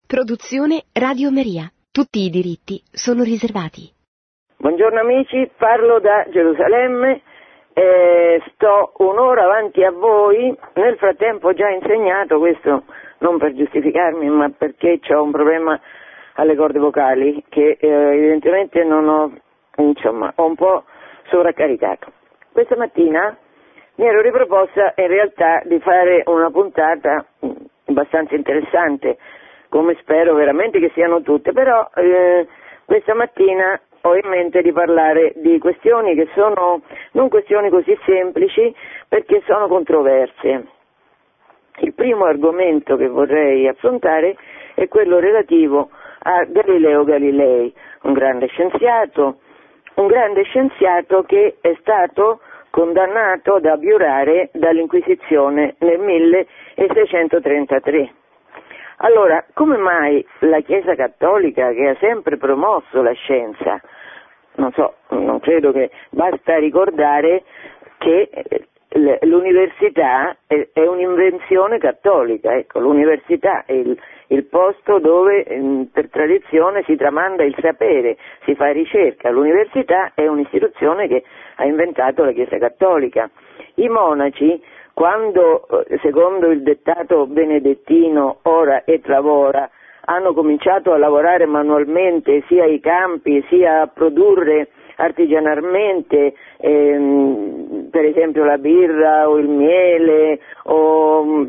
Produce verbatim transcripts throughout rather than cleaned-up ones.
Produzione Radio Maria. Tutti i diritti sono riservati. Buongiorno amici, parlo da Gerusalemme, eh, sto un'ora avanti a voi, nel frattempo ho già insegnato, questo non per giustificarmi ma perché ho un problema alle corde vocali che eh, evidentemente non ho, insomma, ho un po' sovraccaricato. Questa mattina mi ero riproposta in realtà di fare una puntata abbastanza interessante, come spero veramente che siano tutte, però eh, questa mattina ho in mente di parlare di questioni che sono non questioni così semplici perché sono controverse. Il primo argomento che vorrei affrontare è quello relativo a Galileo Galilei, un grande scienziato, un grande scienziato che è stato condannato ad abiurare dall'Inquisizione nel milleseicentotrentatré. Allora, come mai la Chiesa Cattolica, che ha sempre promosso la scienza, non so, non credo che basta ricordare che l'università è un'invenzione cattolica, ecco, l'università è il, il posto dove per tradizione si tramanda il sapere, si fa ricerca, l'università è un'istituzione che ha inventato la Chiesa Cattolica. I monaci, quando secondo il dettato benedettino ora et lavora, hanno cominciato a lavorare manualmente sia ai campi sia a produrre artigianalmente ehm, per esempio la birra o il miele o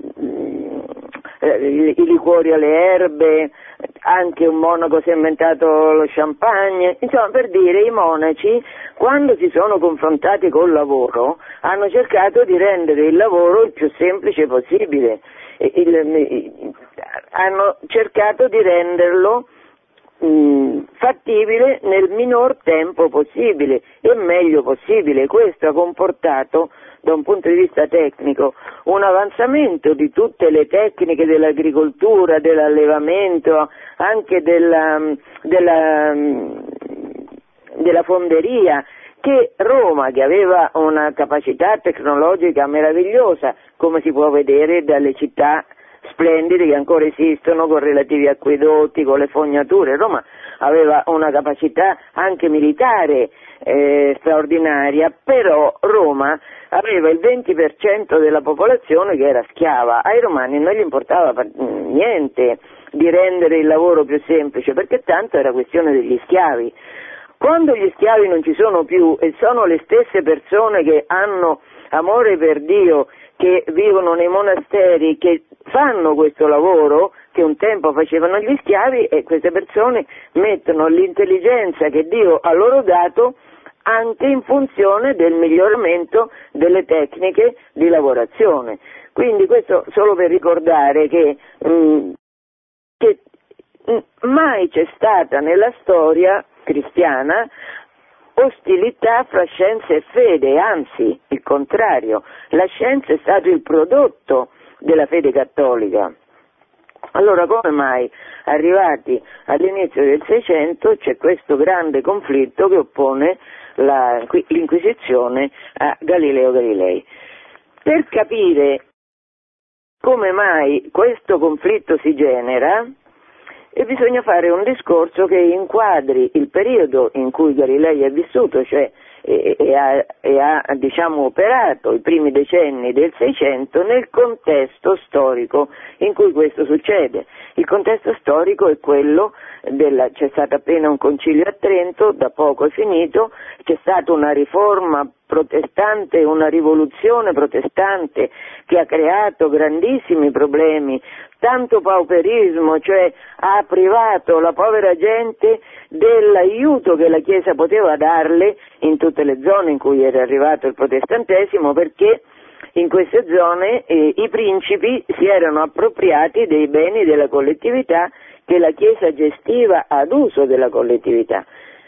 eh, i, i liquori alle erbe, anche un monaco si è inventato lo champagne, insomma, per dire, i monaci quando si sono confrontati col lavoro hanno cercato di rendere il lavoro il più semplice possibile, il, il, hanno cercato di renderlo mh, fattibile nel minor tempo possibile e meglio possibile. Questo ha comportato da un punto di vista tecnico un avanzamento di tutte le tecniche dell'agricoltura, dell'allevamento, anche della, della, della fonderia, che Roma, che aveva una capacità tecnologica meravigliosa, come si può vedere dalle città splendide che ancora esistono, con relativi acquedotti, con le fognature, Roma aveva una capacità anche militare eh, straordinaria, però Roma aveva il venti per cento della popolazione che era schiava. Ai romani non gli importava niente di rendere il lavoro più semplice, perché tanto era questione degli schiavi. Quando gli schiavi non ci sono più e sono le stesse persone che hanno amore per Dio, che vivono nei monasteri, che fanno questo lavoro che un tempo facevano gli schiavi, e queste persone mettono l'intelligenza che Dio ha loro dato anche in funzione del miglioramento delle tecniche di lavorazione. Quindi questo solo per ricordare che, mh, che mh, mai c'è stata nella storia cristiana ostilità fra scienza e fede, anzi il contrario, la scienza è stato il prodotto della fede cattolica. Allora come mai arrivati all'inizio del Seicento c'è questo grande conflitto che oppone la, l'Inquisizione a Galileo Galilei? Per capire come mai questo conflitto si genera, e bisogna fare un discorso che inquadri il periodo in cui Galilei è vissuto, cioè e, e ha, e ha diciamo, operato i primi decenni del Seicento nel contesto storico in cui questo succede. Il contesto storico è quello della, c'è stato appena un concilio a Trento, da poco è finito, c'è stata una riforma protestante, una rivoluzione protestante che ha creato grandissimi problemi, tanto pauperismo, cioè ha privato la povera gente dell'aiuto che la Chiesa poteva darle in tutte le zone in cui era arrivato il protestantesimo, perché in queste zone eh, i principi si erano appropriati dei beni della collettività che la Chiesa gestiva ad uso della collettività.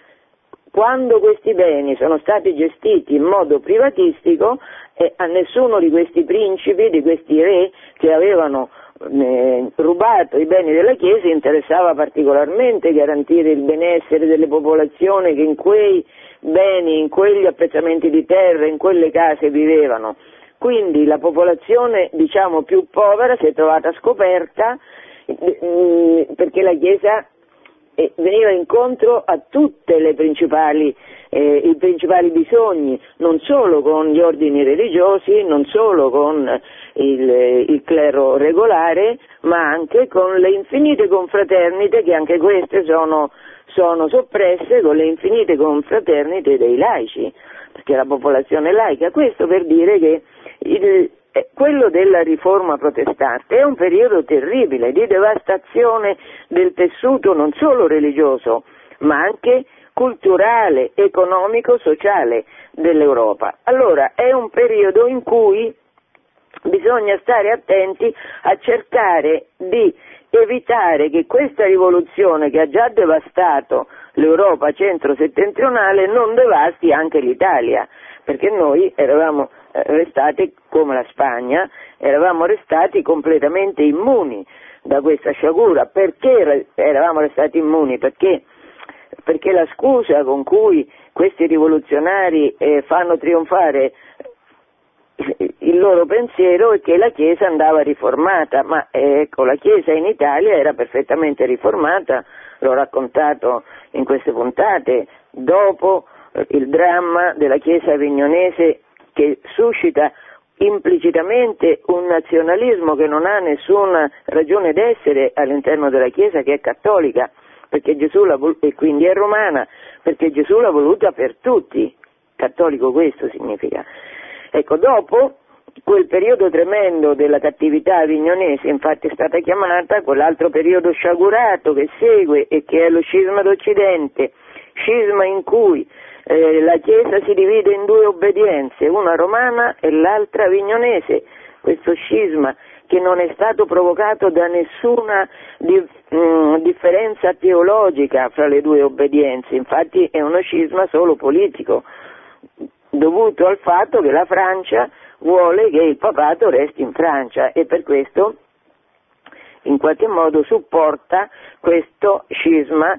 Quando questi beni sono stati gestiti in modo privatistico, eh, a nessuno di questi principi, di questi re che avevano eh, rubato i beni della Chiesa interessava particolarmente garantire il benessere delle popolazioni che in quei beni, in quegli appezzamenti di terra, in quelle case vivevano. Quindi la popolazione, diciamo, più povera si è trovata scoperta perché la Chiesa veniva incontro a tutte le principali, eh, i principali bisogni, non solo con gli ordini religiosi, non solo con il, il clero regolare, ma anche con le infinite confraternite, che anche queste sono, sono soppresse, con le infinite confraternite dei laici, perché la popolazione è laica. Questo per dire che il, quello della riforma protestante è un periodo terribile di devastazione del tessuto non solo religioso, ma anche culturale, economico, sociale dell'Europa. Allora è un periodo in cui bisogna stare attenti a cercare di evitare che questa rivoluzione, che ha già devastato l'Europa centro-settentrionale, non devasti anche l'Italia, perché noi eravamo restati come la Spagna, eravamo restati completamente immuni da questa sciagura. Perché eravamo restati immuni? Perché, perché la scusa con cui questi rivoluzionari eh, fanno trionfare il loro pensiero è che la Chiesa andava riformata, ma eh, ecco, la Chiesa in Italia era perfettamente riformata, l'ho raccontato in queste puntate, dopo eh, il dramma della Chiesa avignonese, che suscita implicitamente un nazionalismo che non ha nessuna ragione d'essere all'interno della Chiesa, che è cattolica, perché Gesù l'ha vol- e quindi è romana, perché Gesù l'ha voluta per tutti, cattolico questo significa. Ecco, dopo quel periodo tremendo della cattività avignonese, infatti è stata chiamata quell'altro periodo sciagurato che segue e che è lo scisma d'Occidente, scisma in cui Eh, la Chiesa si divide in due obbedienze, una romana e l'altra avignonese, questo scisma che non è stato provocato da nessuna di, mh, differenza teologica fra le due obbedienze, infatti è uno scisma solo politico, dovuto al fatto che la Francia vuole che il papato resti in Francia e per questo in qualche modo supporta questo scisma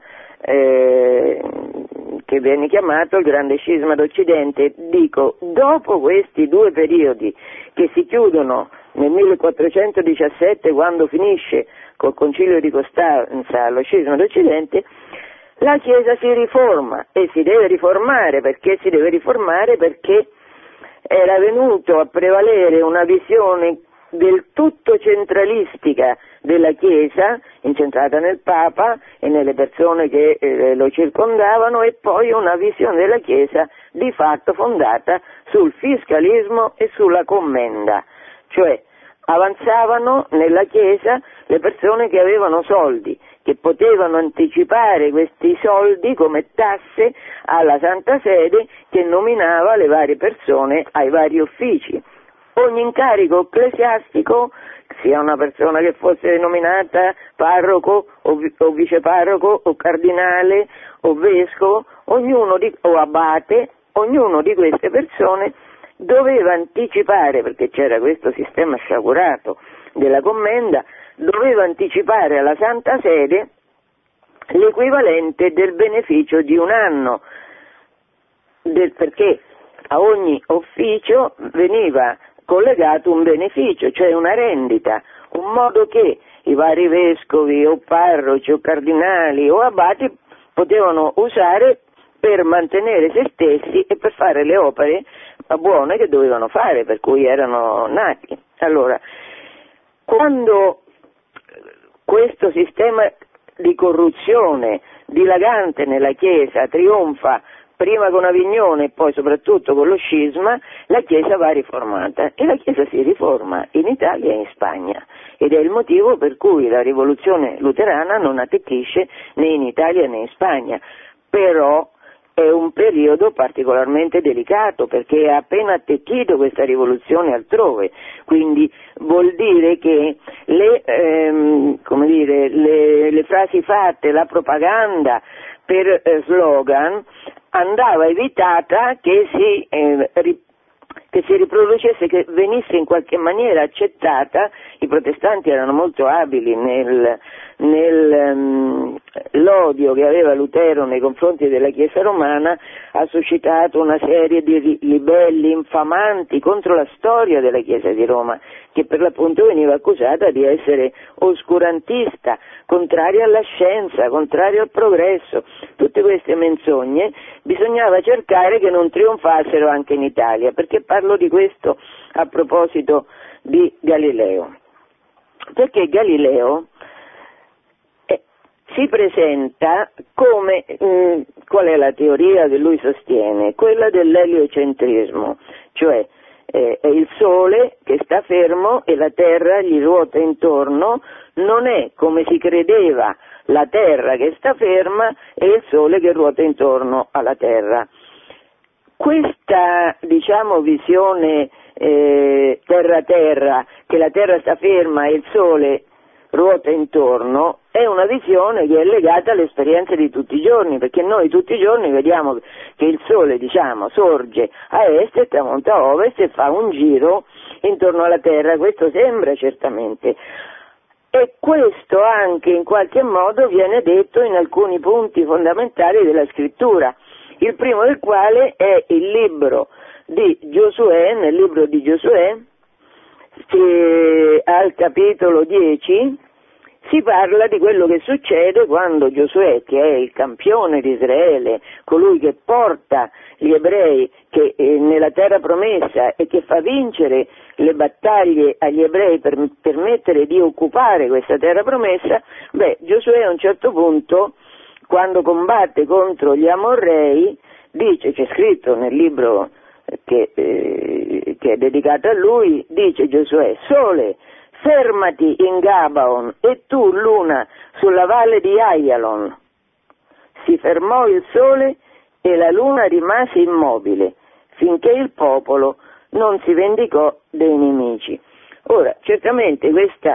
eh, che viene chiamato il grande scisma d'Occidente. Dico, dopo questi due periodi che si chiudono nel millequattrocentodiciassette, quando finisce col concilio di Costanza lo scisma d'Occidente, la Chiesa si riforma e si deve riformare. Perché si deve riformare? Perché era venuto a prevalere una visione del tutto centralistica della Chiesa, incentrata nel Papa e nelle persone che eh, lo circondavano, e poi una visione della Chiesa di fatto fondata sul fiscalismo e sulla commenda, cioè avanzavano nella Chiesa le persone che avevano soldi, che potevano anticipare questi soldi come tasse alla Santa Sede, che nominava le varie persone ai vari uffici. Ogni incarico ecclesiastico, sia una persona che fosse nominata parroco o, vi, o viceparroco o cardinale o vescovo, ognuno di, o abate, ognuno di queste persone doveva anticipare, perché c'era questo sistema sciagurato della commenda, doveva anticipare alla Santa Sede l'equivalente del beneficio di un anno, del, perché a ogni ufficio veniva collegato un beneficio, cioè una rendita, un modo che i vari vescovi o parroci o cardinali o abati potevano usare per mantenere se stessi e per fare le opere buone che dovevano fare, per cui erano nati. Allora, quando questo sistema di corruzione dilagante nella Chiesa trionfa prima con Avignone e poi soprattutto con lo scisma, la Chiesa va riformata e la Chiesa si riforma in Italia e in Spagna, ed è il motivo per cui la rivoluzione luterana non attecchisce né in Italia né in Spagna. Però è un periodo particolarmente delicato, perché è appena attecchito questa rivoluzione altrove, quindi vuol dire che le, ehm, come dire, le, le frasi fatte, la propaganda per eh, slogan andava evitata che si, eh, ri, che si riproducesse, che venisse in qualche maniera accettata. I protestanti erano molto abili nel, nel um, l'odio che aveva Lutero nei confronti della Chiesa romana ha suscitato una serie di ribelli infamanti contro la storia della Chiesa di Roma, che per l'appunto veniva accusata di essere oscurantista, contraria alla scienza, contraria al progresso. Tutte queste menzogne bisognava cercare che non trionfassero anche in Italia. Perché parlo di questo a proposito di Galileo? Perché Galileo eh, si presenta come, mh, qual è la teoria che lui sostiene? Quella dell'eliocentrismo, cioè eh, è il Sole che sta fermo e la Terra gli ruota intorno, non è come si credeva la Terra che sta ferma e il Sole che ruota intorno alla Terra. Questa, diciamo, visione eh, terra-terra, che la Terra sta ferma e il Sole ruota intorno, è una visione che è legata alle esperienze di tutti i giorni, perché noi tutti i giorni vediamo che il Sole, diciamo, sorge a est e tramonta a ovest e fa un giro intorno alla Terra. Questo sembra certamente. E questo anche in qualche modo viene detto in alcuni punti fondamentali della scrittura, il primo del quale è il libro di Giosuè, nel libro di Giosuè, che al capitolo dieci si parla di quello che succede quando Giosuè, che è il campione di Israele, colui che porta gli ebrei che, eh, nella terra promessa e che fa vincere le battaglie agli ebrei per permettere di occupare questa terra promessa, beh, Giosuè a un certo punto, quando combatte contro gli Amorrei, dice, c'è scritto nel libro che, eh, che è dedicato a lui, dice Giosuè: Sole, fermati in Gabaon, e tu, luna, sulla valle di Ayalon. Si fermò il sole e la luna rimase immobile, finché il popolo non si vendicò dei nemici. Ora, certamente questa,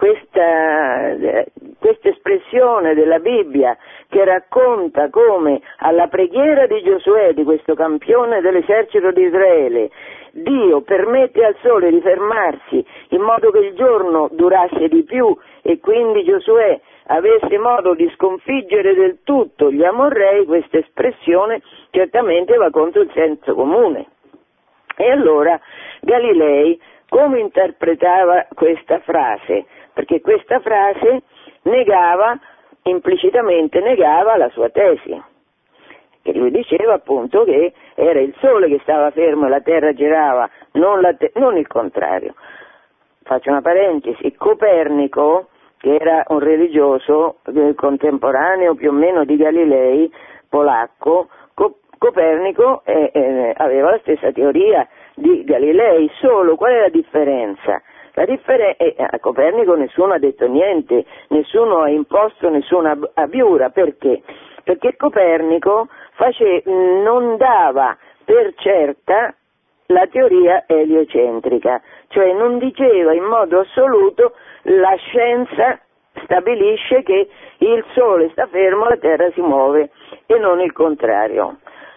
questa, questa espressione della Bibbia che racconta come alla preghiera di Giosuè, di questo campione dell'esercito di Israele, Dio permette al sole di fermarsi in modo che il giorno durasse di più e quindi Giosuè avesse modo di sconfiggere del tutto gli Amorrei, questa espressione certamente va contro il senso comune. E allora Galilei come interpretava questa frase? Perché questa frase negava, implicitamente negava la sua tesi, che lui diceva appunto che era il sole che stava fermo e la terra girava, non, la te- non il contrario. Faccio una parentesi: Copernico, che era un religioso eh, contemporaneo più o meno di Galilei, polacco, Co- Copernico eh, eh, aveva la stessa teoria di Galilei, solo qual è la differenza? La differenza eh, a Copernico nessuno ha detto niente, nessuno ha imposto nessuna abiura. Perché? Perché Copernico face, non dava per certa la teoria eliocentrica, cioè non diceva in modo assoluto la scienza stabilisce che il sole sta fermo, la terra si muove e non il contrario.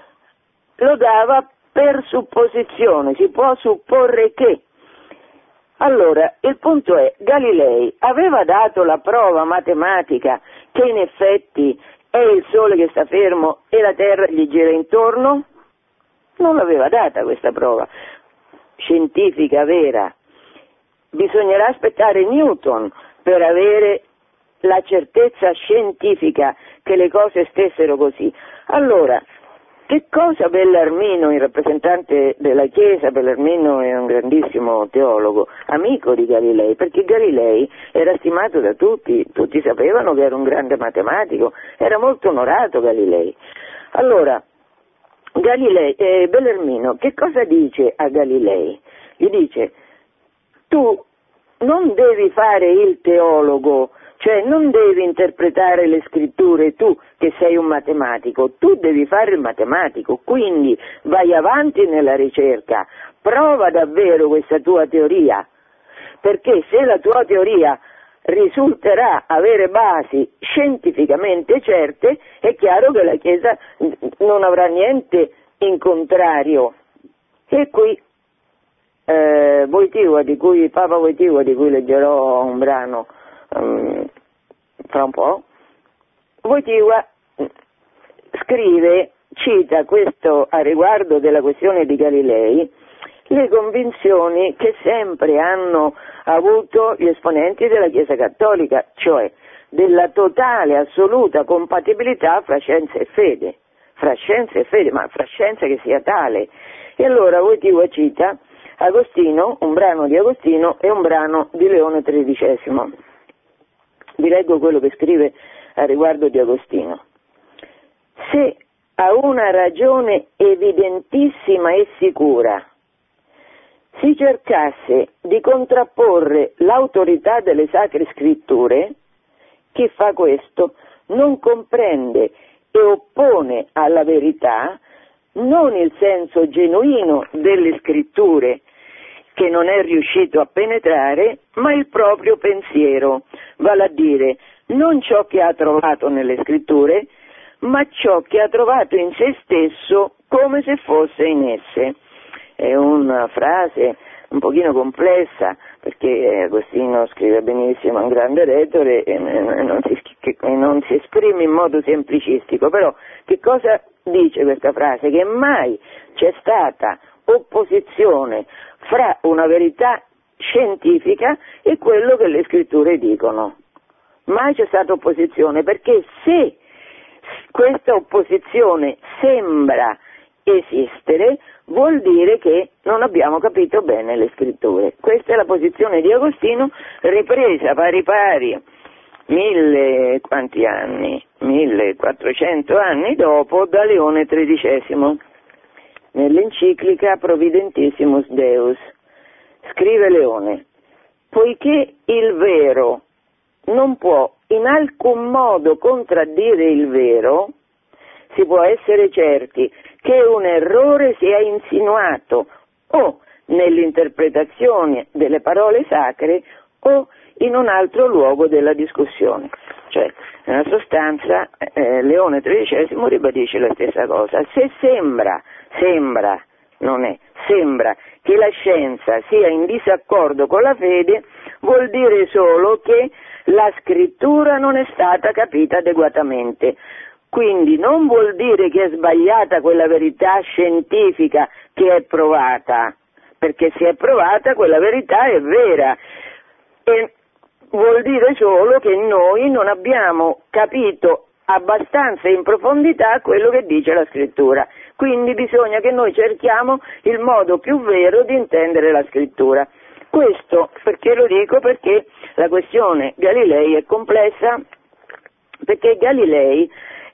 Lo dava per supposizione, si può supporre che. Allora, il punto è, Galilei aveva dato la prova matematica che in effetti è il sole che sta fermo e la terra gli gira intorno? Non l'aveva data questa prova scientifica vera. Bisognerà aspettare Newton per avere la certezza scientifica che le cose stessero così. Allora, che cosa Bellarmino, il rappresentante della Chiesa? Bellarmino è un grandissimo teologo, amico di Galilei, perché Galilei era stimato da tutti, tutti sapevano che era un grande matematico, era molto onorato Galilei. Allora, Galilei, eh, Bellarmino che cosa dice a Galilei? Gli dice: tu non devi fare il teologo, cioè non devi interpretare le scritture tu che sei un matematico, tu devi fare il matematico, quindi vai avanti nella ricerca, prova davvero questa tua teoria, perché se la tua teoria risulterà avere basi scientificamente certe, è chiaro che la Chiesa non avrà niente in contrario. E qui eh, Wojtyła, di cui Papa Wojtyła, di cui leggerò un brano um, fra un po', Wojtyła scrive, cita questo a riguardo della questione di Galilei, le convinzioni che sempre hanno avuto gli esponenti della Chiesa Cattolica, cioè della totale, assoluta compatibilità fra scienza e fede, fra scienza e fede, ma fra scienza che sia tale. E allora Wojtyła cita Agostino, un brano di Agostino e un brano di Leone tredicesimo. Vi leggo quello che scrive a riguardo di Agostino. Se a una ragione evidentissima e sicura si cercasse di contrapporre l'autorità delle sacre scritture, chi fa questo non comprende e oppone alla verità non il senso genuino delle scritture, che non è riuscito a penetrare, ma il proprio pensiero, vale a dire non ciò che ha trovato nelle scritture, ma ciò che ha trovato in se stesso come se fosse in esse. È una frase un pochino complessa, perché Agostino scrive benissimo, è un grande retore e non si, che non si esprime in modo semplicistico, però che cosa dice questa frase? Che mai c'è stata opposizione fra una verità scientifica e quello che le scritture dicono. Mai c'è stata opposizione, perché se questa opposizione sembra esistere, vuol dire che non abbiamo capito bene le scritture. Questa è la posizione di Agostino, ripresa pari pari mille quanti anni? millequattrocento anni dopo da Leone tredicesimo, nell'enciclica Providentissimus Deus. Scrive Leone: poiché il vero non può in alcun modo contraddire il vero, si può essere certi che un errore sia insinuato o nell'interpretazione delle parole sacre o in un altro luogo della discussione. Cioè, nella sostanza, eh, Leone tredicesimo ribadisce la stessa cosa. Se sembra, sembra, non è, sembra che la scienza sia in disaccordo con la fede, vuol dire solo che la scrittura non è stata capita adeguatamente. Quindi non vuol dire che è sbagliata quella verità scientifica che è provata, perché se è provata quella verità è vera, e vuol dire solo che noi non abbiamo capito abbastanza in profondità quello che dice la scrittura. Quindi bisogna che noi cerchiamo il modo più vero di intendere la scrittura. Questo perché lo dico? Perché la questione Galilei è complessa, perché Galilei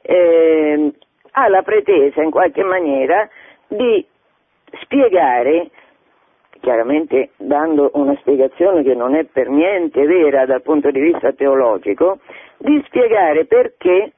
eh, ha la pretesa in qualche maniera di spiegare, chiaramente dando una spiegazione che non è per niente vera dal punto di vista teologico, di spiegare perché,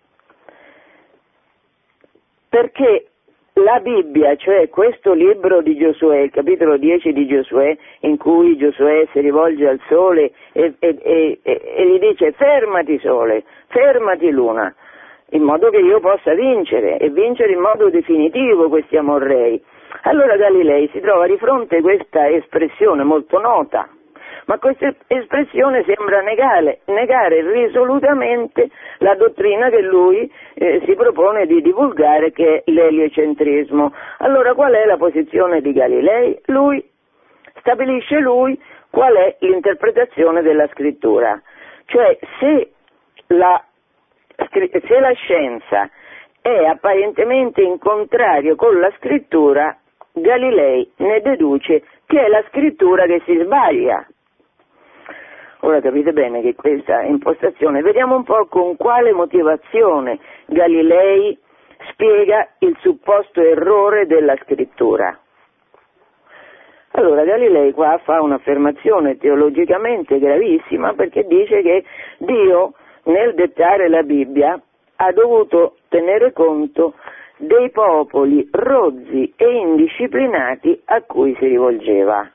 perché la Bibbia, cioè questo libro di Giosuè, il capitolo dieci di Giosuè, in cui Giosuè si rivolge al sole e, e, e, e gli dice: fermati sole, fermati luna, in modo che io possa vincere, e vincere in modo definitivo questi amorrei. Allora Galilei si trova di fronte a questa espressione molto nota, ma questa espressione sembra negare, negare risolutamente la dottrina che lui eh, si propone di divulgare, che è l'eliocentrismo. Allora qual è la posizione di Galilei? Lui stabilisce lui qual è l'interpretazione della scrittura, cioè se la, se la scienza è apparentemente in contrario con la scrittura, Galilei ne deduce che è la scrittura che si sbaglia. Ora capite bene che questa impostazione, vediamo un po' con quale motivazione Galilei spiega il supposto errore della scrittura. Allora Galilei qua fa un'affermazione teologicamente gravissima, perché dice che Dio nel dettare la Bibbia ha dovuto tenere conto dei popoli rozzi e indisciplinati a cui si rivolgeva.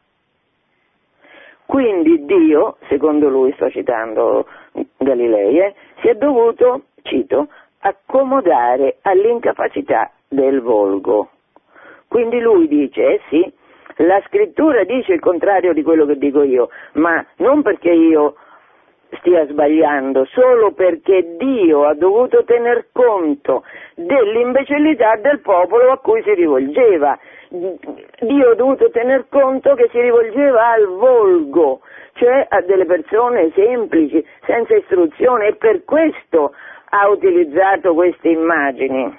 Quindi Dio, secondo lui, sto citando Galilei, eh, si è dovuto, cito, accomodare all'incapacità del volgo. Quindi lui dice, eh sì, la scrittura dice il contrario di quello che dico io, ma non perché io stia sbagliando, solo perché Dio ha dovuto tener conto dell'imbecillità del popolo a cui si rivolgeva. Dio ha dovuto tener conto che si rivolgeva al volgo, cioè a delle persone semplici, senza istruzione, e per questo ha utilizzato queste immagini.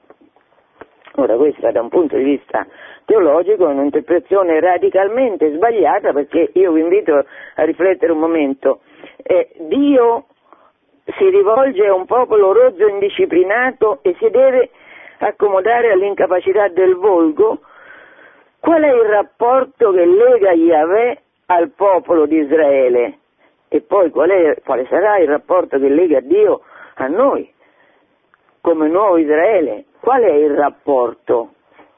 Ora, questa da un punto di vista teologico è un'interpretazione radicalmente sbagliata, perché io vi invito a riflettere un momento. Eh, Dio si rivolge a un popolo rozzo e indisciplinato e si deve accomodare all'incapacità del volgo. Qual è il rapporto che lega Yahweh al popolo di Israele? E poi qual è, quale sarà il rapporto che lega Dio a noi, come nuovo Israele? Qual è il rapporto?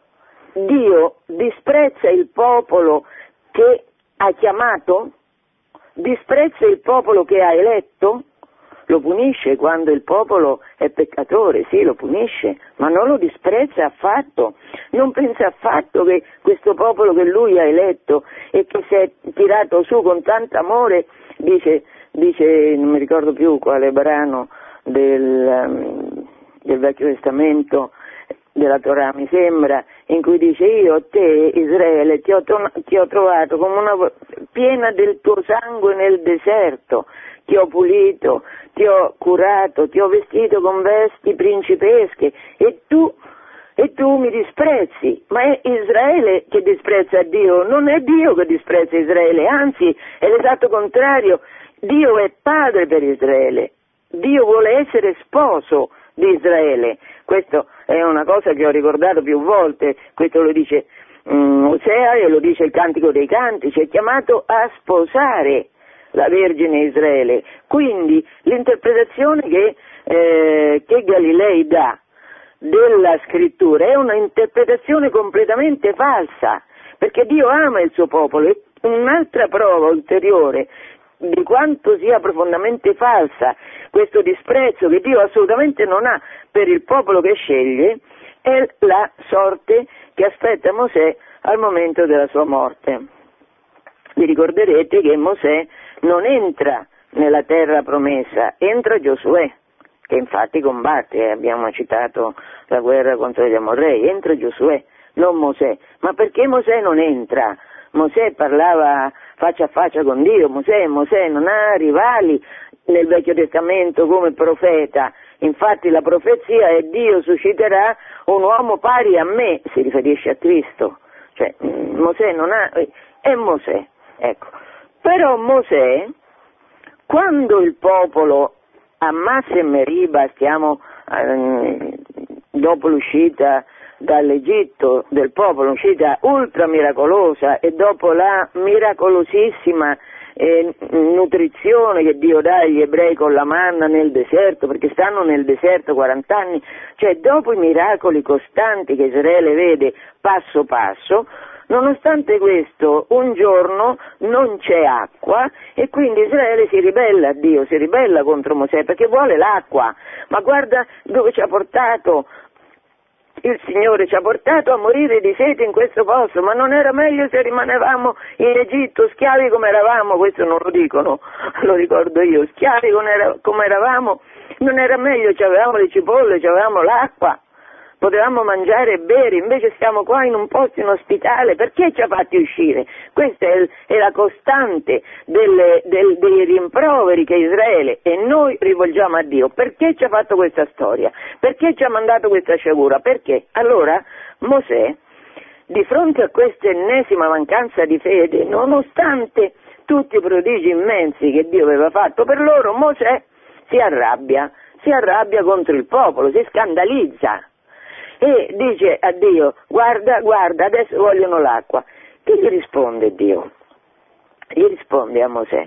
Dio disprezza il popolo che ha chiamato? Disprezza il popolo che ha eletto? Lo punisce quando il popolo è peccatore, sì, lo punisce, ma non lo disprezza affatto. Non pensa affatto che questo popolo che lui ha eletto e che si è tirato su con tanto amore, dice, dice non mi ricordo più quale brano del, del Vecchio Testamento, della Torah mi sembra, in cui dice: io te Israele ti ho, ti ho trovato come una piena del tuo sangue nel deserto, ti ho pulito, ti ho curato, ti ho vestito con vesti principesche e tu, e tu mi disprezzi. Ma è Israele che disprezza Dio, non è Dio che disprezza Israele, anzi è l'esatto contrario. Dio è padre per Israele, Dio vuole essere sposo di Israele. Questo è una cosa che ho ricordato più volte, questo lo dice um, Osea e lo dice il Cantico dei Cantici, è chiamato a sposare la Vergine Israele. Quindi l'interpretazione che, eh, che Galilei dà della scrittura è una interpretazione completamente falsa, perché Dio ama il suo popolo. E un'altra prova ulteriore di quanto sia profondamente falsa questo disprezzo che Dio assolutamente non ha per il popolo che sceglie è la sorte che aspetta Mosè al momento della sua morte. Vi ricorderete che Mosè non entra nella terra promessa, entra Giosuè, che infatti combatte, abbiamo citato la guerra contro gli Amorrei, entra Giosuè, non Mosè. Ma perché Mosè non entra? Mosè parlava faccia a faccia con Dio, Mosè, Mosè non ha rivali nel Vecchio Testamento come profeta, infatti la profezia è: Dio susciterà un uomo pari a me, si riferisce a Cristo, cioè Mosè non ha, è Mosè, ecco. Però Mosè, quando il popolo a Massa e Meriba, stiamo eh, dopo l'uscita dall'Egitto del popolo, uscita ultra miracolosa, e dopo la miracolosissima eh, nutrizione che Dio dà agli ebrei con la manna nel deserto, perché stanno nel deserto quaranta anni, cioè dopo i miracoli costanti che Israele vede passo passo, nonostante questo un giorno non c'è acqua e quindi Israele si ribella a Dio, si ribella contro Mosè perché vuole l'acqua. Ma guarda dove ci ha portato il Signore, ci ha portato a morire di sete in questo posto, ma non era meglio se rimanevamo in Egitto schiavi come eravamo? Questo non lo dicono, lo ricordo io, schiavi come eravamo, non era meglio, ci avevamo le cipolle, ci avevamo l'acqua, potevamo mangiare e bere, invece stiamo qua in un posto inospitale. Perché ci ha fatti uscire? Questa è, è la costante delle, del, dei rimproveri che Israele e noi rivolgiamo a Dio. Perché ci ha fatto questa storia? Perché ci ha mandato questa sciagura? Perché? Allora Mosè, di fronte a questa ennesima mancanza di fede, nonostante tutti i prodigi immensi che Dio aveva fatto per loro, Mosè si arrabbia, si arrabbia contro il popolo, si scandalizza. E dice a Dio: guarda, guarda, adesso vogliono l'acqua. Che gli risponde Dio? Gli risponde a Mosè: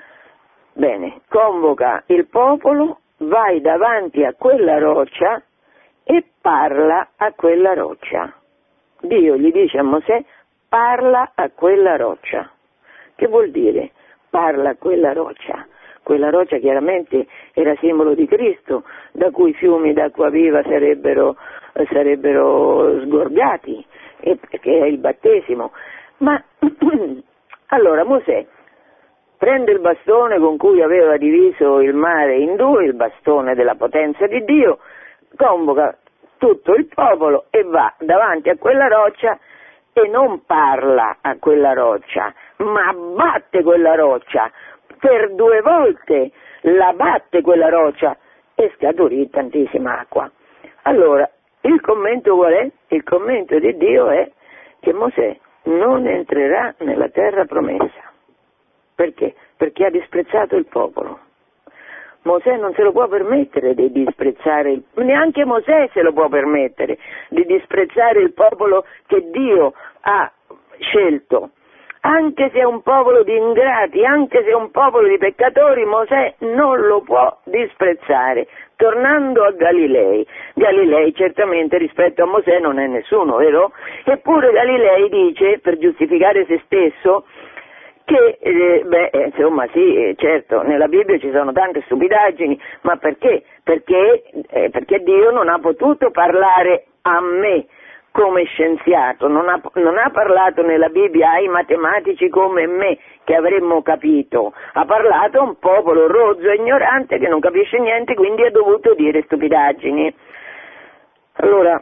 bene, convoca il popolo, vai davanti a quella roccia e parla a quella roccia. Dio gli dice a Mosè: parla a quella roccia. Che vuol dire parla a quella roccia? Quella roccia chiaramente era simbolo di Cristo, da cui fiumi d'acqua viva sarebbero, sarebbero sgorgati, e, che è il battesimo. Ma allora Mosè prende il bastone con cui aveva diviso il mare in due, il bastone della potenza di Dio, convoca tutto il popolo e va davanti a quella roccia e non parla a quella roccia, ma batte quella roccia, per due volte la batte quella roccia e scaturì tantissima acqua. Allora, il commento qual è? Il commento di Dio è che Mosè non entrerà nella terra promessa. Perché? Perché ha disprezzato il popolo. Mosè non se lo può permettere di disprezzare, il, neanche Mosè se lo può permettere di disprezzare il popolo che Dio ha scelto. Anche se è un popolo di ingrati, anche se è un popolo di peccatori, Mosè non lo può disprezzare. Tornando a Galilei, Galilei certamente rispetto a Mosè non è nessuno, vero? Eppure Galilei dice, per giustificare se stesso, che, eh, beh, insomma sì, certo, nella Bibbia ci sono tante stupidaggini, ma perché? Perché, eh, perché Dio non ha potuto parlare a me come scienziato, non ha, non ha parlato nella Bibbia ai matematici come me, che avremmo capito, ha parlato a un popolo rozzo e ignorante che non capisce niente, quindi ha dovuto dire stupidaggini. Allora,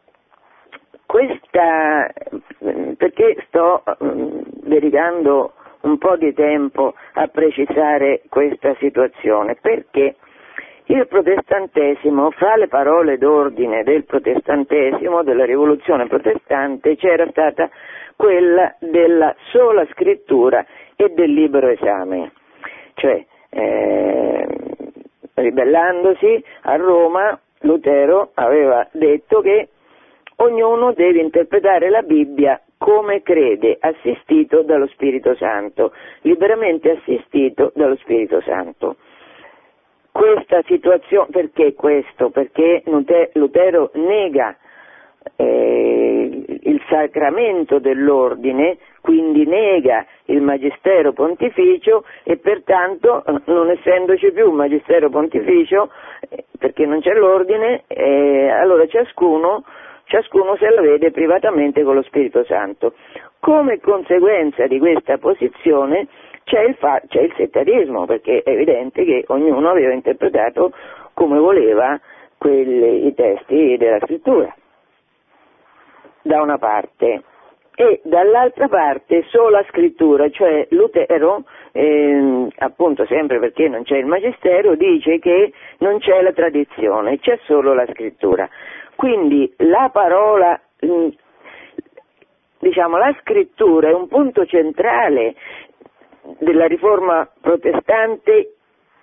questa, perché sto um, dedicando un po' di tempo a precisare questa situazione? Perché il protestantesimo, fra le parole d'ordine del protestantesimo, della rivoluzione protestante, c'era stata quella della sola scrittura e del libero esame. Cioè, eh, ribellandosi a Roma, Lutero aveva detto che ognuno deve interpretare la Bibbia come crede, assistito dallo Spirito Santo, liberamente assistito dallo Spirito Santo. Questa situazione, perché questo? Perché Lutero nega eh, il sacramento dell'ordine, quindi nega il magistero pontificio e pertanto, non essendoci più un magistero pontificio, eh, perché non c'è l'ordine, eh, allora ciascuno Ciascuno se la vede privatamente con lo Spirito Santo. Come conseguenza di questa posizione c'è il, fa- c'è il settarismo, perché è evidente che ognuno aveva interpretato come voleva quelli, i testi della scrittura, da una parte, e dall'altra parte sola scrittura, cioè Lutero, eh, appunto sempre perché non c'è il magistero, dice che non c'è la tradizione, c'è solo la scrittura. Quindi la parola, diciamo, la scrittura è un punto centrale della riforma protestante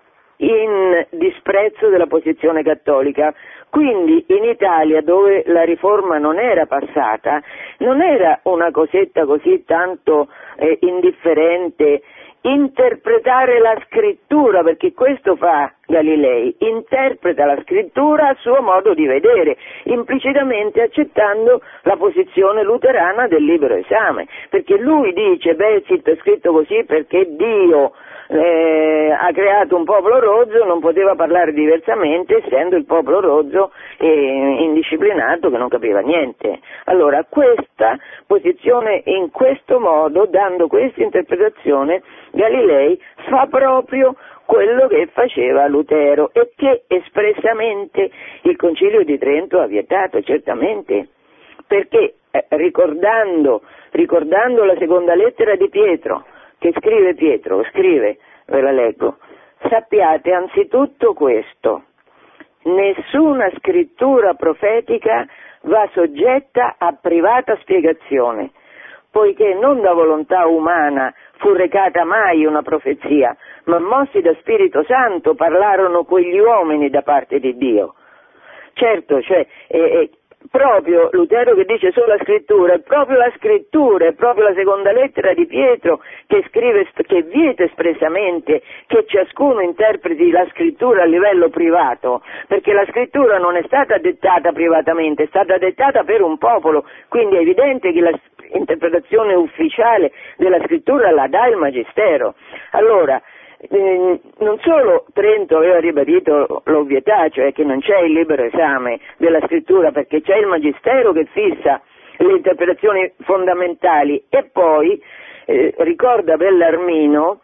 in disprezzo della posizione cattolica. Quindi in Italia, dove la riforma non era passata, non era una cosetta così tanto eh, indifferente interpretare la scrittura, perché questo fa Galilei, interpreta la scrittura a suo modo di vedere, implicitamente accettando la posizione luterana del libero esame, perché lui dice, beh, sì, è scritto così perché Dio eh, ha creato un popolo rozzo, non poteva parlare diversamente, essendo il popolo rozzo eh, indisciplinato che non capiva niente. Allora, questa posizione, in questo modo, dando questa interpretazione, Galilei fa proprio quello che faceva Lutero e che espressamente il Concilio di Trento ha vietato, certamente, perché eh, ricordando, ricordando la seconda lettera di Pietro, che scrive Pietro, scrive, ve la leggo, sappiate anzitutto questo, nessuna scrittura profetica va soggetta a privata spiegazione, poiché non da volontà umana fu recata mai una profezia, ma mossi da Spirito Santo parlarono quegli uomini da parte di Dio. Certo, cioè, eh, proprio Lutero che dice solo la scrittura, è proprio la scrittura, è proprio la seconda lettera di Pietro che scrive, che vieta espressamente che ciascuno interpreti la scrittura a livello privato, perché la scrittura non è stata dettata privatamente, è stata dettata per un popolo, quindi è evidente che la interpretazione ufficiale della scrittura la dà il magistero. Allora, Eh, non solo Trento aveva ribadito l'ovvietà, cioè che non c'è il libero esame della scrittura perché c'è il magistero che fissa le interpretazioni fondamentali, e poi eh, ricorda Bellarmino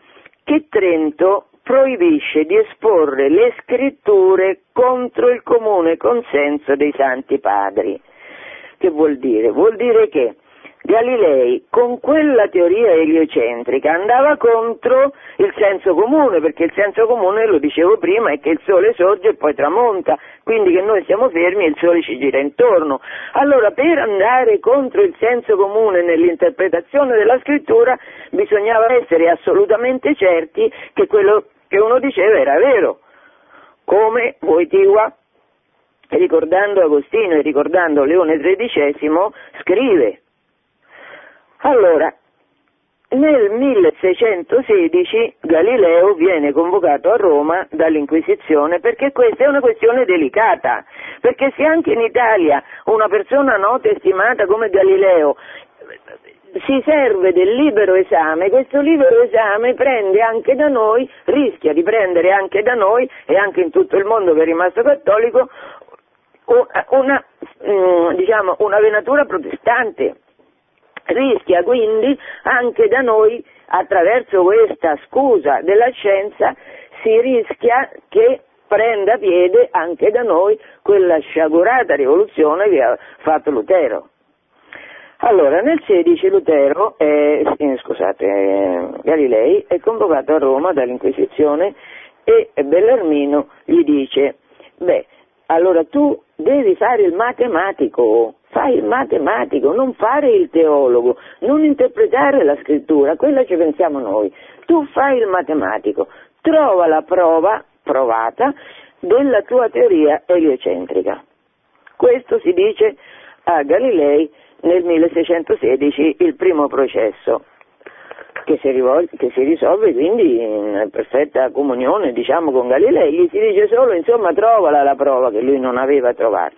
che Trento proibisce di esporre le scritture contro il comune consenso dei Santi Padri. Che vuol dire? Vuol dire che Galilei con quella teoria eliocentrica andava contro il senso comune, perché il senso comune, lo dicevo prima, è che il sole sorge e poi tramonta, quindi che noi siamo fermi e il sole ci gira intorno. Allora, per andare contro il senso comune nell'interpretazione della scrittura bisognava essere assolutamente certi che quello che uno diceva era vero, come Wojtyła, ricordando Agostino e ricordando Leone tredicesimo, scrive. Allora, nel milleseicentosedici Galileo viene convocato a Roma dall'Inquisizione, perché questa è una questione delicata, perché se anche in Italia una persona nota e stimata come Galileo si serve del libero esame, questo libero esame prende anche da noi, rischia di prendere anche da noi e anche in tutto il mondo che è rimasto cattolico una, diciamo, una venatura protestante. Rischia quindi anche da noi, attraverso questa scusa della scienza, si rischia che prenda piede anche da noi quella sciagurata rivoluzione che ha fatto Lutero. Allora, nel sedici Lutero, eh, scusate, eh, Galilei è convocato a Roma dall'Inquisizione e Bellarmino gli dice, beh, allora tu devi fare il matematico, fai il matematico, non fare il teologo, non interpretare la scrittura, quella ci pensiamo noi, tu fai il matematico, trova la prova provata della tua teoria eliocentrica. Questo si dice a Galilei nel milleseicentosedici, il primo processo, che si, rivol- che si risolve quindi in perfetta comunione, diciamo, con Galilei. Gli si dice solo, insomma, trovala la prova che lui non aveva trovato.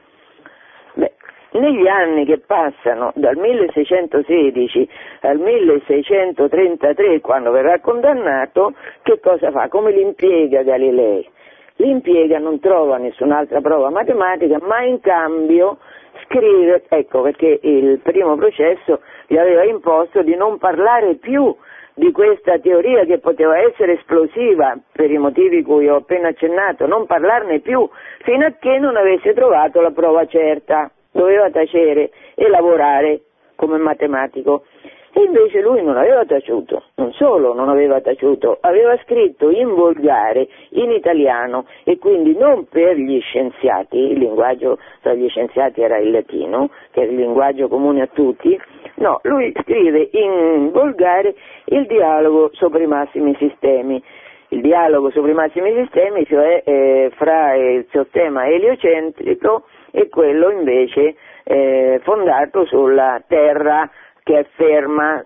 Beh, negli anni che passano dal milleseicentosedici al milleseicentotrentatré, quando verrà condannato, che cosa fa? Come l'impiega Galilei? L'impiega, non trova nessun'altra prova matematica, ma in cambio scrive, ecco perché il primo processo gli aveva imposto di non parlare più di questa teoria che poteva essere esplosiva per i motivi cui ho appena accennato, non parlarne più fino a che non avesse trovato la prova certa, doveva tacere e lavorare come matematico. E invece lui non aveva taciuto, non solo non aveva taciuto, aveva scritto in volgare, in italiano, e quindi non per gli scienziati, il linguaggio tra gli scienziati era il latino, che è il linguaggio comune a tutti, no, lui scrive in volgare il dialogo sopra i massimi sistemi. Il dialogo sopra i massimi sistemi, cioè eh, fra il sistema eliocentrico e quello invece eh, fondato sulla terra che è ferma.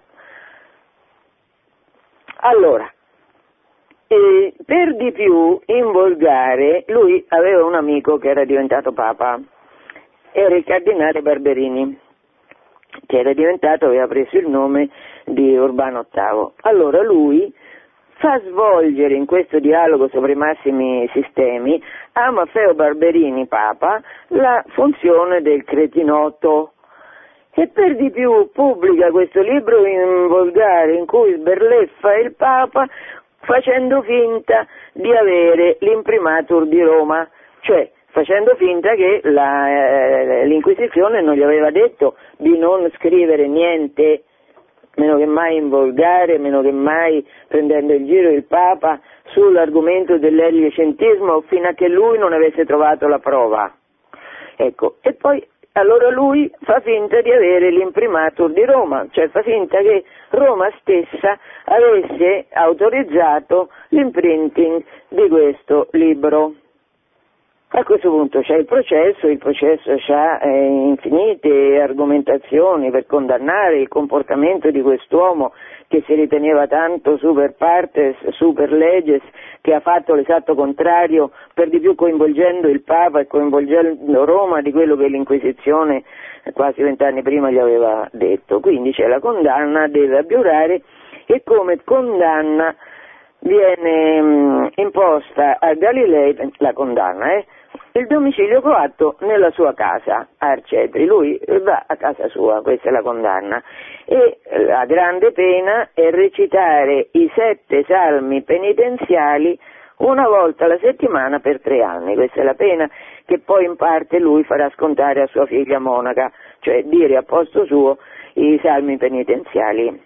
Allora, eh, per di più, in volgare, lui aveva un amico che era diventato papa, era il cardinale Barberini, che era diventato, aveva preso il nome di Urbano ottavo. Allora lui fa svolgere in questo dialogo sopra i massimi sistemi a Maffeo Barberini, papa, la funzione del cretinotto. E per di più pubblica questo libro in volgare in cui sberleffa il Papa facendo finta di avere l'imprimatur di Roma, cioè facendo finta che la, eh, l'Inquisizione non gli aveva detto di non scrivere niente, meno che mai in volgare, meno che mai prendendo in giro il Papa sull'argomento dell'eliocentismo fino a che lui non avesse trovato la prova. Ecco, e poi allora lui fa finta di avere l'imprimatur di Roma, cioè fa finta che Roma stessa avesse autorizzato l'imprinting di questo libro. A questo punto c'è il processo, il processo ha eh, infinite argomentazioni per condannare il comportamento di quest'uomo che si riteneva tanto super partes, super leges, che ha fatto l'esatto contrario, per di più coinvolgendo il Papa e coinvolgendo Roma di quello che l'Inquisizione quasi vent'anni prima gli aveva detto. Quindi c'è la condanna, deve abiurare, e come condanna viene mh, imposta a Galilei, la condanna, eh, il domicilio coatto nella sua casa a Arcetri, lui va a casa sua, questa è la condanna, e la grande pena è recitare i sette salmi penitenziali una volta alla settimana per tre anni, questa è la pena che poi in parte lui farà scontare a sua figlia monaca, cioè dire a posto suo i salmi penitenziali.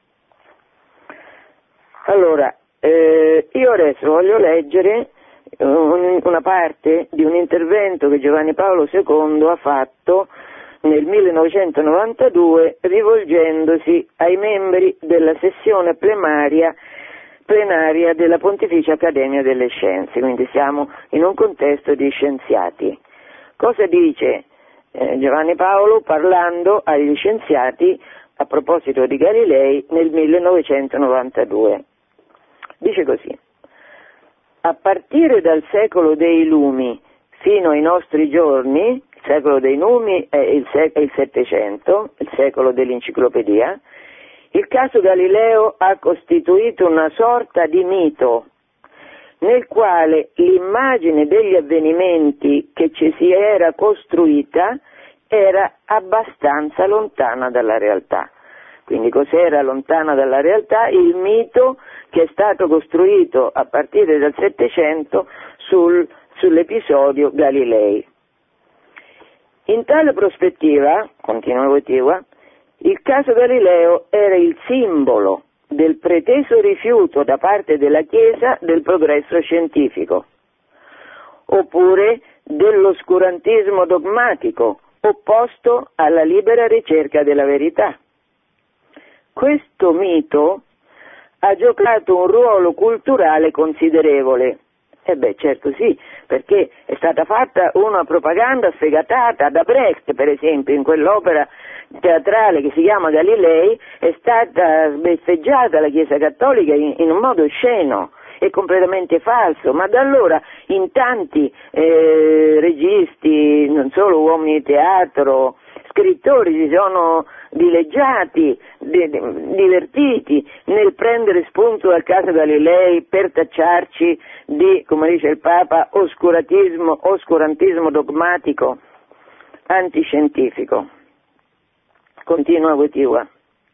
Allora, eh, io adesso voglio leggere un, una parte di un intervento che Giovanni Paolo secondo ha fatto nel millenovecentonovantadue rivolgendosi ai membri della sessione plenaria, plenaria della Pontificia Accademia delle Scienze, quindi siamo in un contesto di scienziati. Cosa dice eh, Giovanni Paolo parlando agli scienziati a proposito di Galilei nel millenovecentonovantadue? Dice così: a partire dal secolo dei lumi fino ai nostri giorni, il secolo dei lumi è il, sec- è il Settecento, il secolo dell'enciclopedia, il caso Galileo ha costituito una sorta di mito nel quale l'immagine degli avvenimenti che ci si era costruita era abbastanza lontana dalla realtà. Quindi cos'era lontana dalla realtà? Il mito che è stato costruito a partire dal Settecento sul, sull'episodio Galilei. In tale prospettiva, continua Wojtyła, il caso Galileo era il simbolo del preteso rifiuto da parte della Chiesa del progresso scientifico, oppure dell'oscurantismo dogmatico opposto alla libera ricerca della verità. Questo mito ha giocato un ruolo culturale considerevole. Eh beh, certo sì, perché è stata fatta una propaganda sfegatata da Brecht, per esempio, in quell'opera teatrale che si chiama Galilei, è stata sbeffeggiata la Chiesa Cattolica in, in un modo osceno e completamente falso, ma da allora in tanti eh, registi, non solo uomini di teatro, scrittori si sono dileggiati, di, di, divertiti nel prendere spunto dal caso Galilei per tacciarci di, come dice il Papa, oscurantismo, oscurantismo dogmatico, antiscientifico. Continua Wojtyła.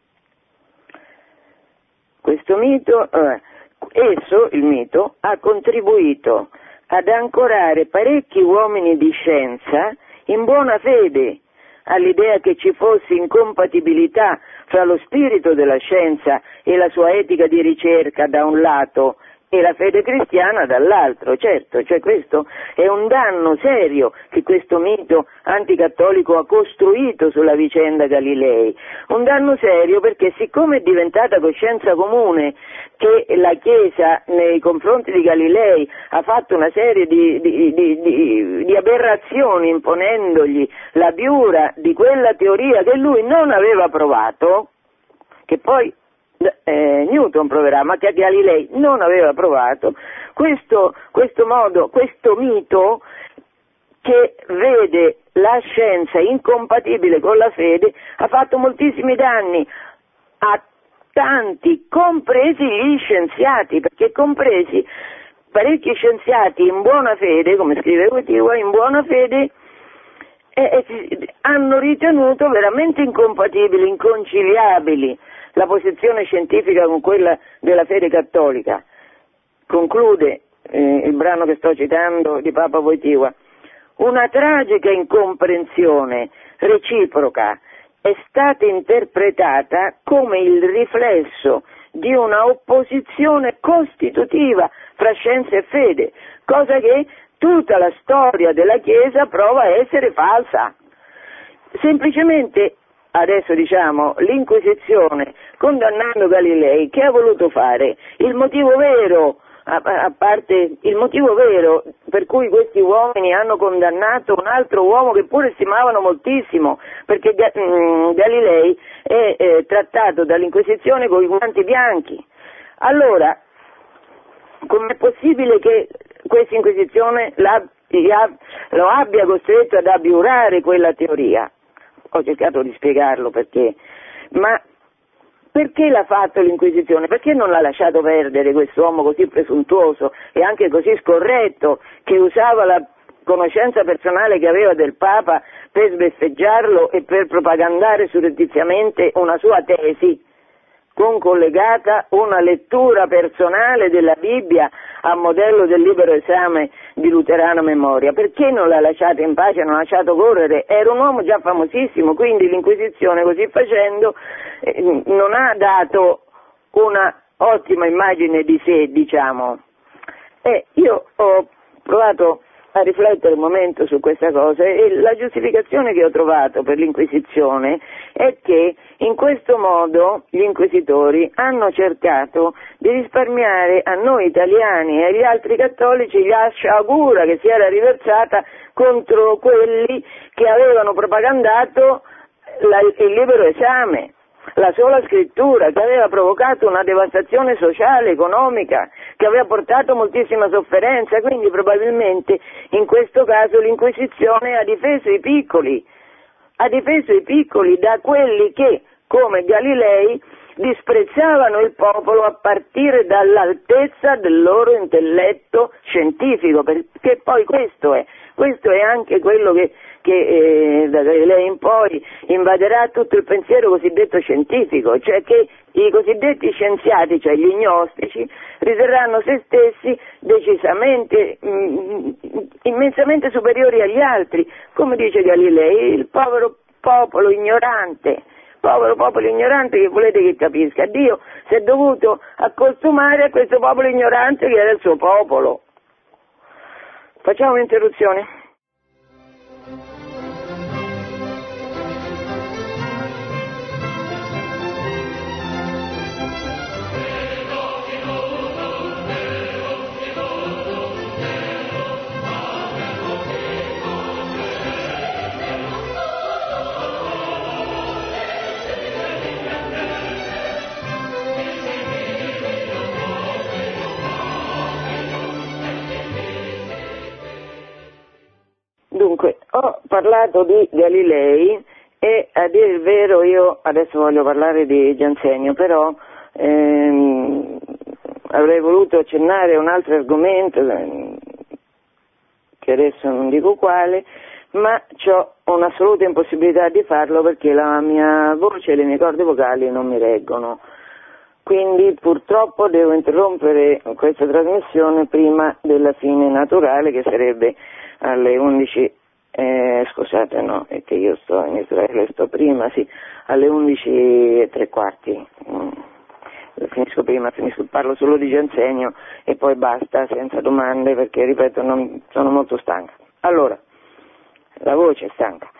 Questo mito, eh, esso, il mito, ha contribuito ad ancorare parecchi uomini di scienza in buona fede all'idea che ci fosse incompatibilità fra lo spirito della scienza e la sua etica di ricerca da un lato e la fede cristiana dall'altro. Certo, cioè questo è un danno serio che questo mito anticattolico ha costruito sulla vicenda Galilei, un danno serio perché siccome è diventata coscienza comune che la Chiesa nei confronti di Galilei ha fatto una serie di, di, di, di, di aberrazioni imponendogli la piura di quella teoria che lui non aveva provato, che poi Eh, Newton proverà, ma che Galilei non aveva provato, questo, questo modo, questo mito che vede la scienza incompatibile con la fede ha fatto moltissimi danni a tanti, compresi gli scienziati, perché compresi parecchi scienziati in buona fede, come scrive Wojtyła, in buona fede eh, eh, hanno ritenuto veramente incompatibili, inconciliabili la posizione scientifica con quella della fede cattolica. Conclude eh, il brano che sto citando di Papa Wojtyła: una tragica incomprensione reciproca è stata interpretata come il riflesso di una opposizione costitutiva fra scienza e fede, cosa che tutta la storia della Chiesa prova a essere falsa. Semplicemente adesso diciamo l'Inquisizione, condannando Galilei, che ha voluto fare? Il motivo vero, a, a parte il motivo vero per cui questi uomini hanno condannato un altro uomo che pure stimavano moltissimo, perché mm, Galilei è eh, trattato dall'Inquisizione con i guanti bianchi. Allora, com'è possibile che questa Inquisizione la, lo abbia costretto ad abiurare quella teoria? Ho cercato di spiegarlo perché, ma perché l'ha fatto l'Inquisizione? Perché non l'ha lasciato perdere quest'uomo così presuntuoso e anche così scorretto, che usava la conoscenza personale che aveva del Papa per sbeffeggiarlo e per propagandare surrettiziamente una sua tesi, con collegata una lettura personale della Bibbia a modello del libero esame di Luterana Memoria. Perché non l'ha lasciato in pace, non l'ha lasciato correre? Era un uomo già famosissimo, quindi l'Inquisizione così facendo eh, non ha dato una ottima immagine di sé, diciamo. E io ho provato a riflettere un momento su questa cosa e la giustificazione che ho trovato per l'Inquisizione è che in questo modo gli inquisitori hanno cercato di risparmiare a noi italiani e agli altri cattolici la sciagura che si era riversata contro quelli che avevano propagandato la, il libero esame, la sola scrittura, che aveva provocato una devastazione sociale, economica, che aveva portato moltissima sofferenza. Quindi probabilmente in questo caso l'Inquisizione ha difeso i piccoli, ha difeso i piccoli da quelli che, come Galilei, disprezzavano il popolo a partire dall'altezza del loro intelletto scientifico, perché poi questo è, questo è anche quello che, che eh, da Galilei in poi invaderà tutto il pensiero cosiddetto scientifico, cioè che i cosiddetti scienziati, cioè gli gnostici, riterranno se stessi decisamente, mh, immensamente superiori agli altri, come dice Galilei, il povero popolo ignorante. Povero popolo ignorante, che volete che capisca? Dio si è dovuto accostumare a questo popolo ignorante che era il suo popolo. Facciamo un'interruzione. Dunque, ho parlato di Galilei e a dire il vero io adesso voglio parlare di Giansenio, però ehm, avrei voluto accennare a un altro argomento eh, che adesso non dico quale, ma ho un'assoluta impossibilità di farlo perché la mia voce e le mie corde vocali non mi reggono. Quindi purtroppo devo interrompere questa trasmissione prima della fine naturale, che sarebbe alle undici, eh, scusate no, è che io sto in Israele, sto prima, sì, alle undici e tre quarti, mm, finisco prima, finisco, parlo solo di Giansenio e poi basta, senza domande, perché ripeto, non, sono molto stanca. Allora, la voce è stanca.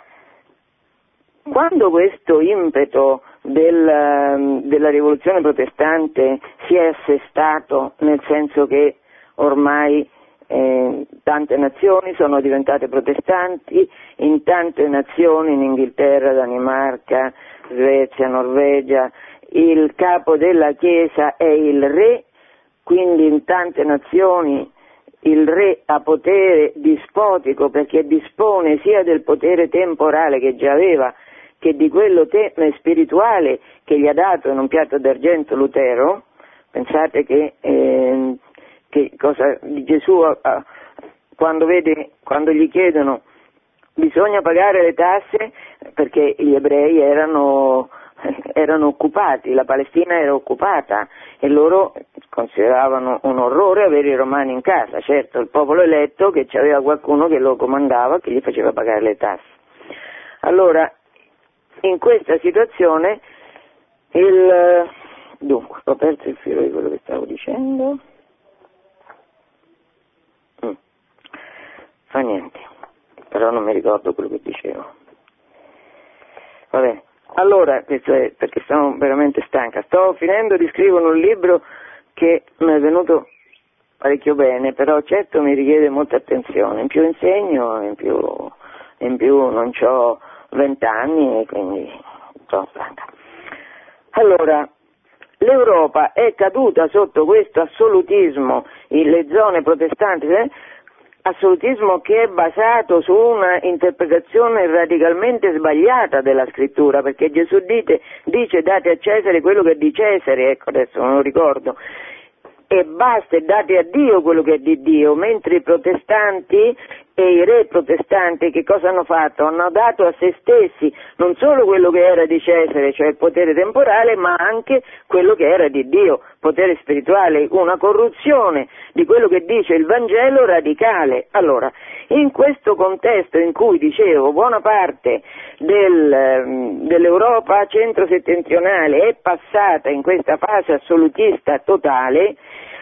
Quando questo impeto del, della rivoluzione protestante si è assestato, nel senso che ormai eh, tante nazioni sono diventate protestanti, in tante nazioni, in Inghilterra, Danimarca, Svezia, Norvegia, il capo della Chiesa è il re, quindi in tante nazioni il re ha potere dispotico perché dispone sia del potere temporale che già aveva che di quello te- spirituale che gli ha dato in un piatto d'argento Lutero. Pensate che, eh, che cosa di Gesù eh, quando vede, quando gli chiedono bisogna pagare le tasse perché gli ebrei erano, erano occupati, la Palestina era occupata e loro consideravano un orrore avere i romani in casa, certo il popolo eletto che c'aveva qualcuno che lo comandava, che gli faceva pagare le tasse. Allora, in questa situazione, il, dunque, ho perso il filo di quello che stavo dicendo, mm. fa niente, però non mi ricordo quello che dicevo. Vabbè, allora, questo è perché sono veramente stanca, sto finendo di scrivere un libro che mi è venuto parecchio bene, però certo mi richiede molta attenzione, in più insegno, in più, in più non c'ho vent'anni e quindi sono stanca. Allora, l'Europa è caduta sotto questo assolutismo, le zone protestanti, eh? assolutismo che è basato su una interpretazione radicalmente sbagliata della scrittura, perché Gesù dite, dice date a Cesare quello che è di Cesare, ecco adesso non lo ricordo, e basta, e date a Dio quello che è di Dio, mentre i protestanti e i re protestanti che cosa hanno fatto? Hanno dato a se stessi non solo quello che era di Cesare, cioè il potere temporale, ma anche quello che era di Dio, potere spirituale, una corruzione di quello che dice il Vangelo radicale. Allora, in questo contesto in cui, dicevo, buona parte del, dell'Europa centro-settentrionale è passata in questa fase assolutista totale,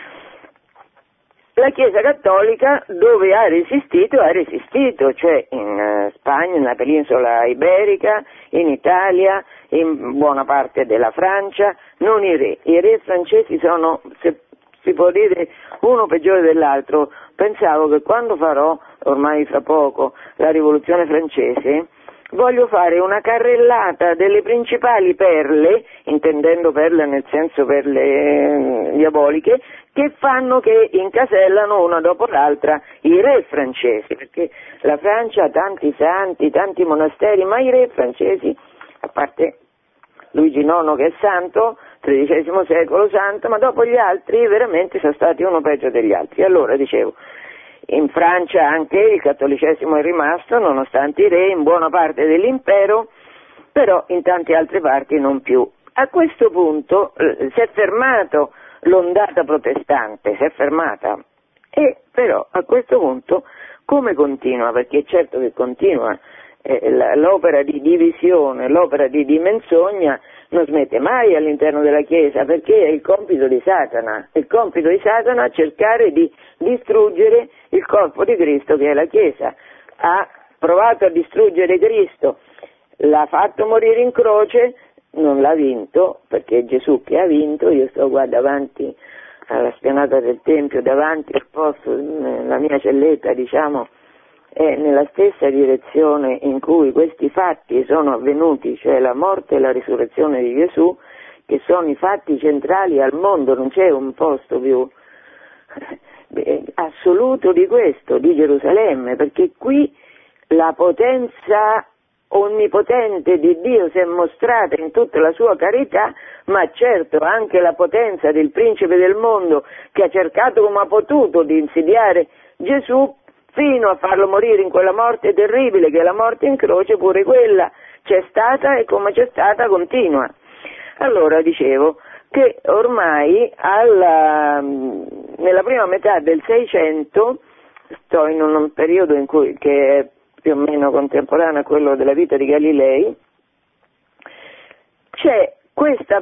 la Chiesa Cattolica dove ha resistito, ha resistito, cioè in Spagna, nella penisola iberica, in Italia, in buona parte della Francia, non i re. I re francesi sono, se si può dire, uno peggiore dell'altro. Pensavo che quando farò, ormai fra poco, la rivoluzione francese, voglio fare una carrellata delle principali perle, intendendo perle nel senso perle eh, diaboliche, che fanno che incasellano una dopo l'altra i re francesi, perché la Francia ha tanti santi, tanti monasteri, ma i re francesi, a parte Luigi nono che è santo, tredicesimo secolo santo, ma dopo gli altri veramente sono stati uno peggio degli altri. Allora, dicevo, in Francia anche il cattolicesimo è rimasto, nonostante i re, in buona parte dell'impero, però in tante altre parti non più. A questo punto eh, si è fermato l'ondata protestante, si è fermata, e però a questo punto come continua? Perché è certo che continua, eh, l'opera di divisione, l'opera di, di menzogna non smette mai all'interno della Chiesa, perché è il compito di Satana, il compito di Satana cercare di distruggere il corpo di Cristo che è la Chiesa. Ha provato a distruggere Cristo, l'ha fatto morire in croce, non l'ha vinto, perché è Gesù che ha vinto. Io sto qua davanti alla spianata del Tempio, davanti al posto, la mia celletta, diciamo, è nella stessa direzione in cui questi fatti sono avvenuti, cioè la morte e la risurrezione di Gesù, che sono i fatti centrali al mondo, non c'è un posto più assoluto di questo, di Gerusalemme, perché qui la potenza onnipotente di Dio si è mostrata in tutta la sua carità, ma certo anche la potenza del principe del mondo che ha cercato come ha potuto di insidiare Gesù fino a farlo morire in quella morte terribile che è la morte in croce, pure quella c'è stata e come c'è stata continua. Allora dicevo che ormai alla, nella prima metà del Seicento, sto in un periodo in cui che è più o meno contemporaneo a quello della vita di Galilei, c'è questa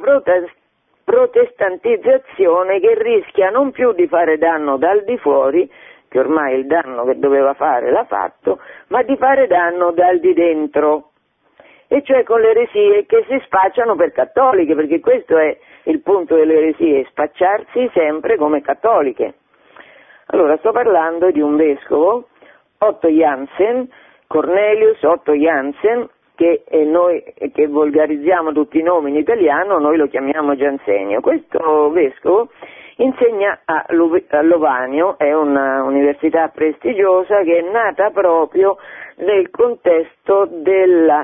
protestantizzazione che rischia non più di fare danno dal di fuori, che ormai il danno che doveva fare l'ha fatto, ma di fare danno dal di dentro, e cioè con le eresie che si spacciano per cattoliche, perché questo è il punto delle eresie, spacciarsi sempre come cattoliche. Allora sto parlando di un vescovo, Otto Jansen, Cornelius Otto Jansen, che noi che volgarizziamo tutti i nomi in italiano, noi lo chiamiamo Giansenio. Questo vescovo insegna a Lovanio, è una università prestigiosa che è nata proprio nel contesto della,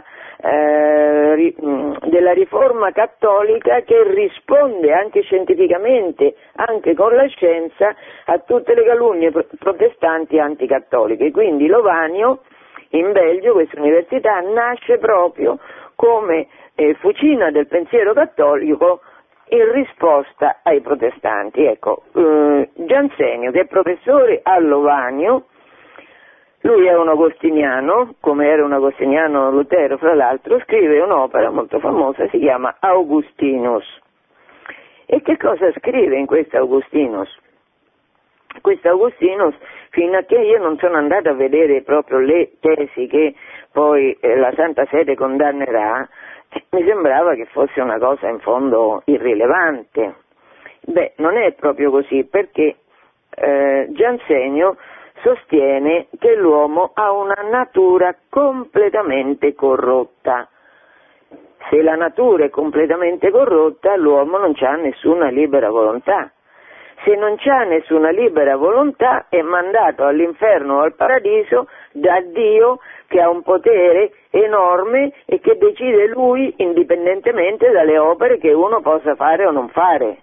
eh, della riforma cattolica, che risponde anche scientificamente, anche con la scienza, a tutte le calunnie protestanti anticattoliche. Quindi Lovanio in Belgio, questa università, nasce proprio come eh, fucina del pensiero cattolico in risposta ai protestanti. Ecco, eh, Giansenio, che è professore a Lovanio, lui è un agostiniano, come era un agostiniano Lutero fra l'altro, scrive un'opera molto famosa, si chiama Augustinus. E che cosa scrive in questa Augustinus? Questo Augustinus, fino a che io non sono andata a vedere proprio le tesi che poi eh, la Santa Sede condannerà, eh, mi sembrava che fosse una cosa in fondo irrilevante. Beh, non è proprio così, perché eh, Giansenio sostiene che l'uomo ha una natura completamente corrotta. Se la natura è completamente corrotta, l'uomo non ha nessuna libera volontà. Se non c'ha nessuna libera volontà, è mandato all'inferno o al paradiso da Dio, che ha un potere enorme e che decide lui indipendentemente dalle opere che uno possa fare o non fare.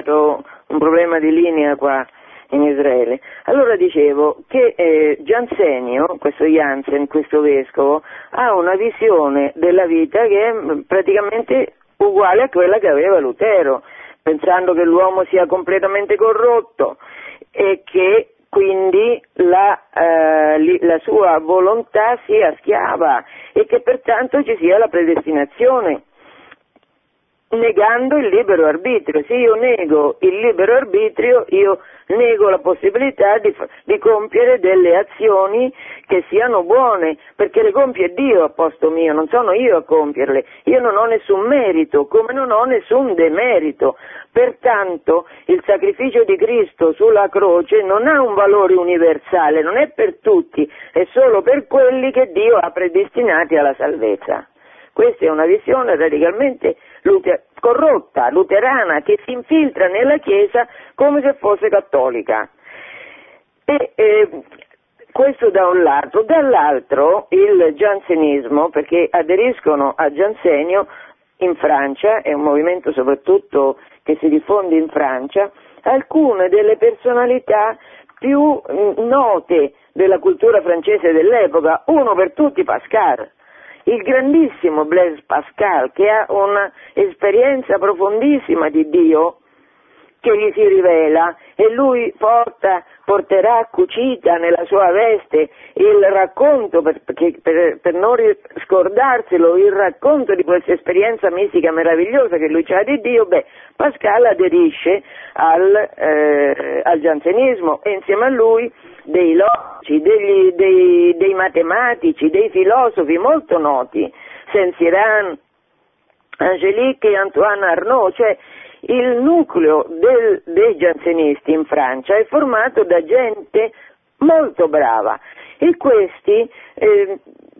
stato un problema di linea qua in Israele. Allora dicevo che eh, Jansenio, questo Jansen, questo vescovo, ha una visione della vita che è praticamente uguale a quella che aveva Lutero, pensando che l'uomo sia completamente corrotto e che quindi la, eh, la sua volontà sia schiava e che pertanto ci sia la predestinazione, negando il libero arbitrio. Se io nego il libero arbitrio, io nego la possibilità di, di compiere delle azioni che siano buone, perché le compie Dio a posto mio, non sono io a compierle. Io non ho nessun merito, come non ho nessun demerito. Pertanto il sacrificio di Cristo sulla croce non ha un valore universale, non è per tutti, è solo per quelli che Dio ha predestinati alla salvezza. Questa è una visione radicalmente luter- corrotta, luterana, che si infiltra nella Chiesa come se fosse cattolica. E eh, questo da un lato. Dall'altro il giansenismo, perché aderiscono a Jansenio in Francia, è un movimento soprattutto che si diffonde in Francia, alcune delle personalità più note della cultura francese dell'epoca, uno per tutti Pascal. Il grandissimo Blaise Pascal, che ha un'esperienza profondissima di Dio che gli si rivela, e lui porta, porterà cucita nella sua veste il racconto, per, per, per non scordarselo, il racconto di questa esperienza mistica meravigliosa che lui ha di Dio. Beh, Pascal aderisce al, eh, al giansenismo, e insieme a lui dei logici, degli, dei, dei matematici, dei filosofi molto noti, Saint-Cyran, Angélique e Antoine Arnaud. Cioè il nucleo del, dei giansenisti in Francia è formato da gente molto brava, e questi eh,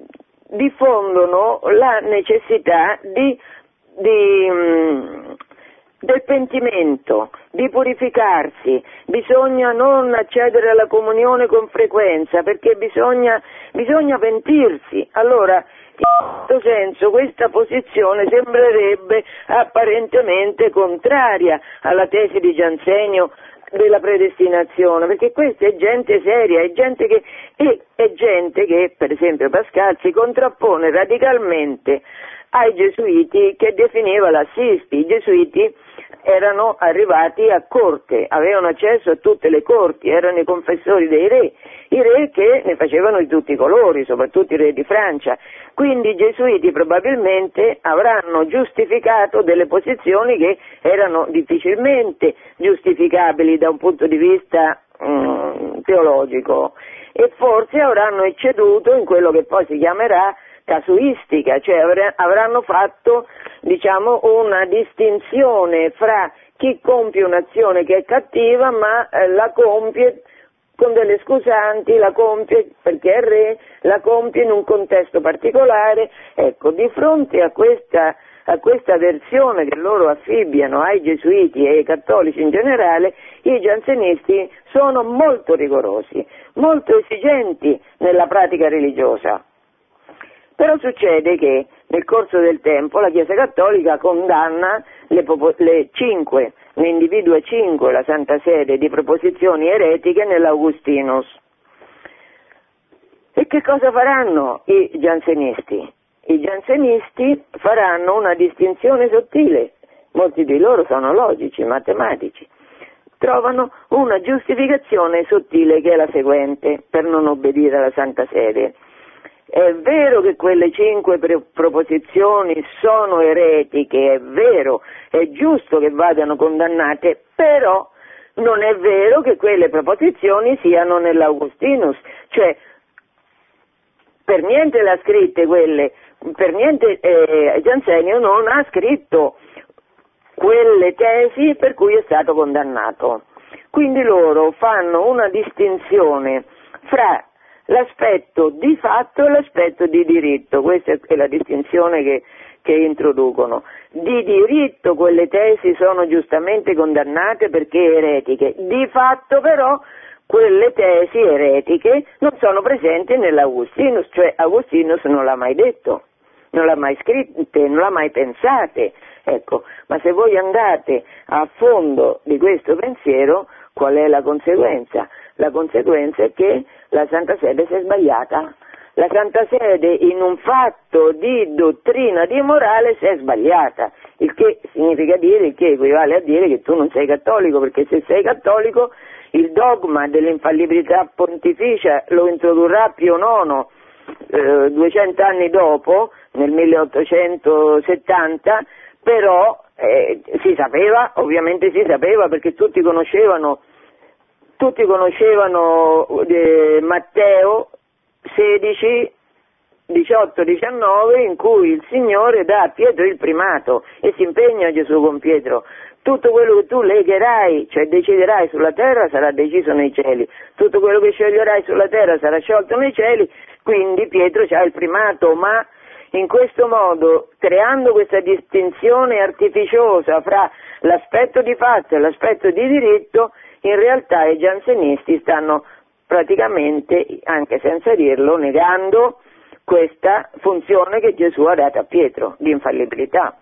diffondono la necessità di, di mh, del pentimento, di purificarsi. Bisogna non accedere alla comunione con frequenza, perché bisogna, bisogna pentirsi. Allora, in questo senso, questa posizione sembrerebbe apparentemente contraria alla tesi di Jansenio della predestinazione, perché questa è gente seria, è gente che, è, è gente che, per esempio Pascal, si contrappone radicalmente ai gesuiti che definiva l'assisti. I gesuiti erano arrivati a corte, avevano accesso a tutte le corti, erano i confessori dei re, i re che ne facevano di tutti i colori, soprattutto i re di Francia. Quindi i gesuiti probabilmente avranno giustificato delle posizioni che erano difficilmente giustificabili da un punto di vista mm, teologico, e forse avranno ecceduto in quello che poi si chiamerà casuistica, cioè avranno fatto, diciamo, una distinzione fra chi compie un'azione che è cattiva, ma eh, la compie con delle scusanti, la compie perché è re, la compie in un contesto particolare. Ecco, di fronte a questa, a questa versione che loro affibbiano ai gesuiti e ai cattolici in generale, i giansenisti sono molto rigorosi, molto esigenti nella pratica religiosa. Però succede che nel corso del tempo la Chiesa Cattolica condanna le, popo- le cinque, ne individua cinque, la Santa Sede, di proposizioni eretiche nell'Augustinus. E che cosa faranno i giansenisti? I giansenisti faranno una distinzione sottile, molti di loro sono logici, matematici, trovano una giustificazione sottile che è la seguente per non obbedire alla Santa Sede. È vero che quelle cinque pre- proposizioni sono eretiche, è vero, è giusto che vadano condannate, però non è vero che quelle proposizioni siano nell'Augustinus, cioè per niente le ha scritte quelle, per niente eh, Jansenio non ha scritto quelle tesi per cui è stato condannato. Quindi loro fanno una distinzione fra l'aspetto di fatto e l'aspetto di diritto. Questa è la distinzione che, che introducono. Di diritto quelle tesi sono giustamente condannate perché eretiche, di fatto però quelle tesi eretiche non sono presenti nell'Augustinus, cioè Augustinus non l'ha mai detto, non l'ha mai scritte, non l'ha mai pensate, Ecco, ma se voi andate a fondo di questo pensiero, qual è la conseguenza? La conseguenza è che la Santa Sede si è sbagliata. La Santa Sede in un fatto di dottrina, di morale, si è sbagliata, il che significa dire, il che equivale a dire che tu non sei cattolico, perché se sei cattolico il dogma dell'infallibilità pontificia lo introdurrà Pio nono eh, duecento anni dopo, nel milleottocentosettanta, però eh, si sapeva, ovviamente si sapeva, perché tutti conoscevano, tutti conoscevano eh, Matteo sedici, diciotto, diciannove, in cui il Signore dà a Pietro il primato e si impegna Gesù con Pietro: tutto quello che tu legherai, cioè deciderai sulla terra, sarà deciso nei cieli, tutto quello che sceglierai sulla terra sarà sciolto nei cieli. Quindi Pietro ha il primato, ma in questo modo, creando questa distinzione artificiosa fra l'aspetto di fatto e l'aspetto di diritto, in realtà i giansenisti stanno praticamente, anche senza dirlo, negando questa funzione che Gesù ha dato a Pietro, di infallibilità.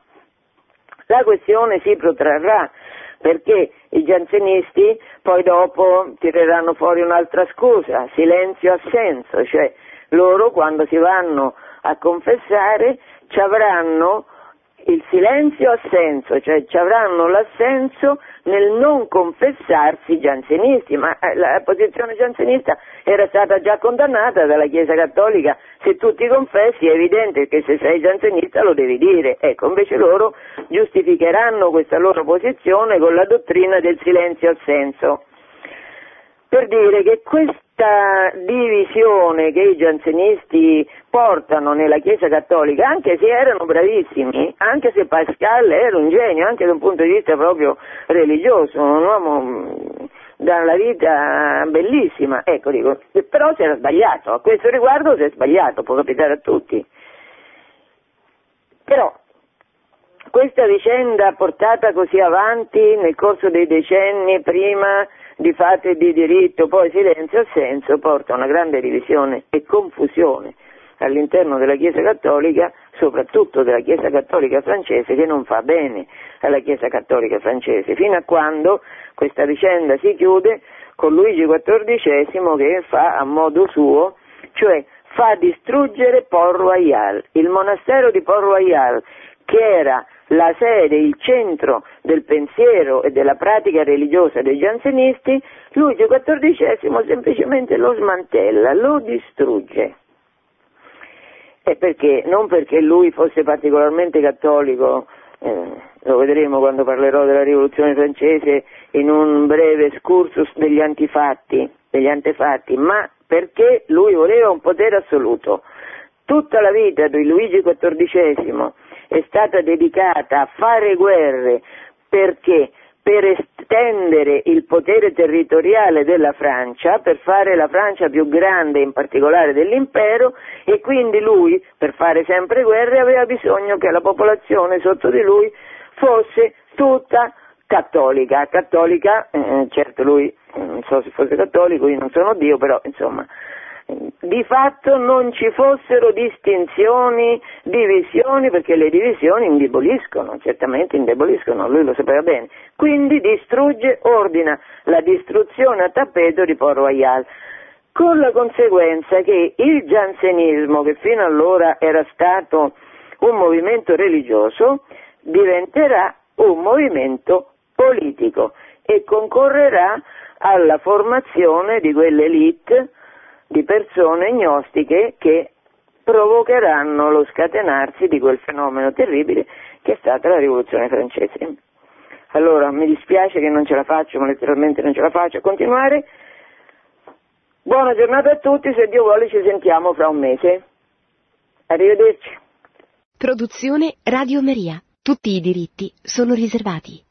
La questione si protrarrà, perché i giansenisti poi dopo tireranno fuori un'altra scusa: silenzio assenso, cioè loro quando si vanno a confessare ci avranno il silenzio assenso, cioè ci avranno l'assenso nel non confessarsi giansenisti, ma la posizione giansenista era stata già condannata dalla Chiesa Cattolica: se tu ti confessi è evidente che se sei giansenista lo devi dire. Ecco, invece loro giustificheranno questa loro posizione con la dottrina del silenzio assenso, per dire che questa divisione che i giansenisti portano nella Chiesa Cattolica, anche se erano bravissimi, anche se Pascal era un genio, anche da un punto di vista proprio religioso, un uomo dalla vita bellissima, ecco, dico, però si era sbagliato, a questo riguardo si è sbagliato, può capitare a tutti. Però questa vicenda portata così avanti nel corso dei decenni, prima di fatto e di diritto, poi silenzio assenso, porta a una grande divisione e confusione all'interno della Chiesa Cattolica, soprattutto della Chiesa Cattolica francese, che non fa bene alla Chiesa Cattolica francese, fino a quando questa vicenda si chiude con Luigi quattordicesimo che fa a modo suo, cioè fa distruggere Port-Royal, il monastero di Port-Royal, che era la sede, il centro del pensiero e della pratica religiosa dei giansenisti. Luigi quattordicesimo semplicemente lo smantella, lo distrugge. E perché? Non perché lui fosse particolarmente cattolico, eh, lo vedremo quando parlerò della rivoluzione francese in un breve excursus degli antifatti, degli antefatti, ma perché lui voleva un potere assoluto. Tutta la vita di Luigi quattordicesimo è stata dedicata a fare guerre, perché? Per estendere il potere territoriale della Francia, per fare la Francia più grande, in particolare dell'impero, e quindi lui, per fare sempre guerre, aveva bisogno che la popolazione sotto di lui fosse tutta cattolica. Cattolica, eh, certo lui, non so se fosse cattolico, io non sono Dio, però insomma, di fatto non ci fossero distinzioni, divisioni, perché le divisioni indeboliscono, certamente indeboliscono, lui lo sapeva bene. Quindi distrugge, ordina la distruzione a tappeto di Port-Royal, con la conseguenza che il giansenismo, che fino allora era stato un movimento religioso, diventerà un movimento politico e concorrerà alla formazione di quell'elite di persone gnostiche che provocheranno lo scatenarsi di quel fenomeno terribile che è stata la rivoluzione francese. Allora, mi dispiace che non ce la faccio, ma letteralmente non ce la faccio a continuare. Buona giornata a tutti, se Dio vuole ci sentiamo fra un mese. Arrivederci. Produzione Radio Maria. Tutti i diritti sono riservati.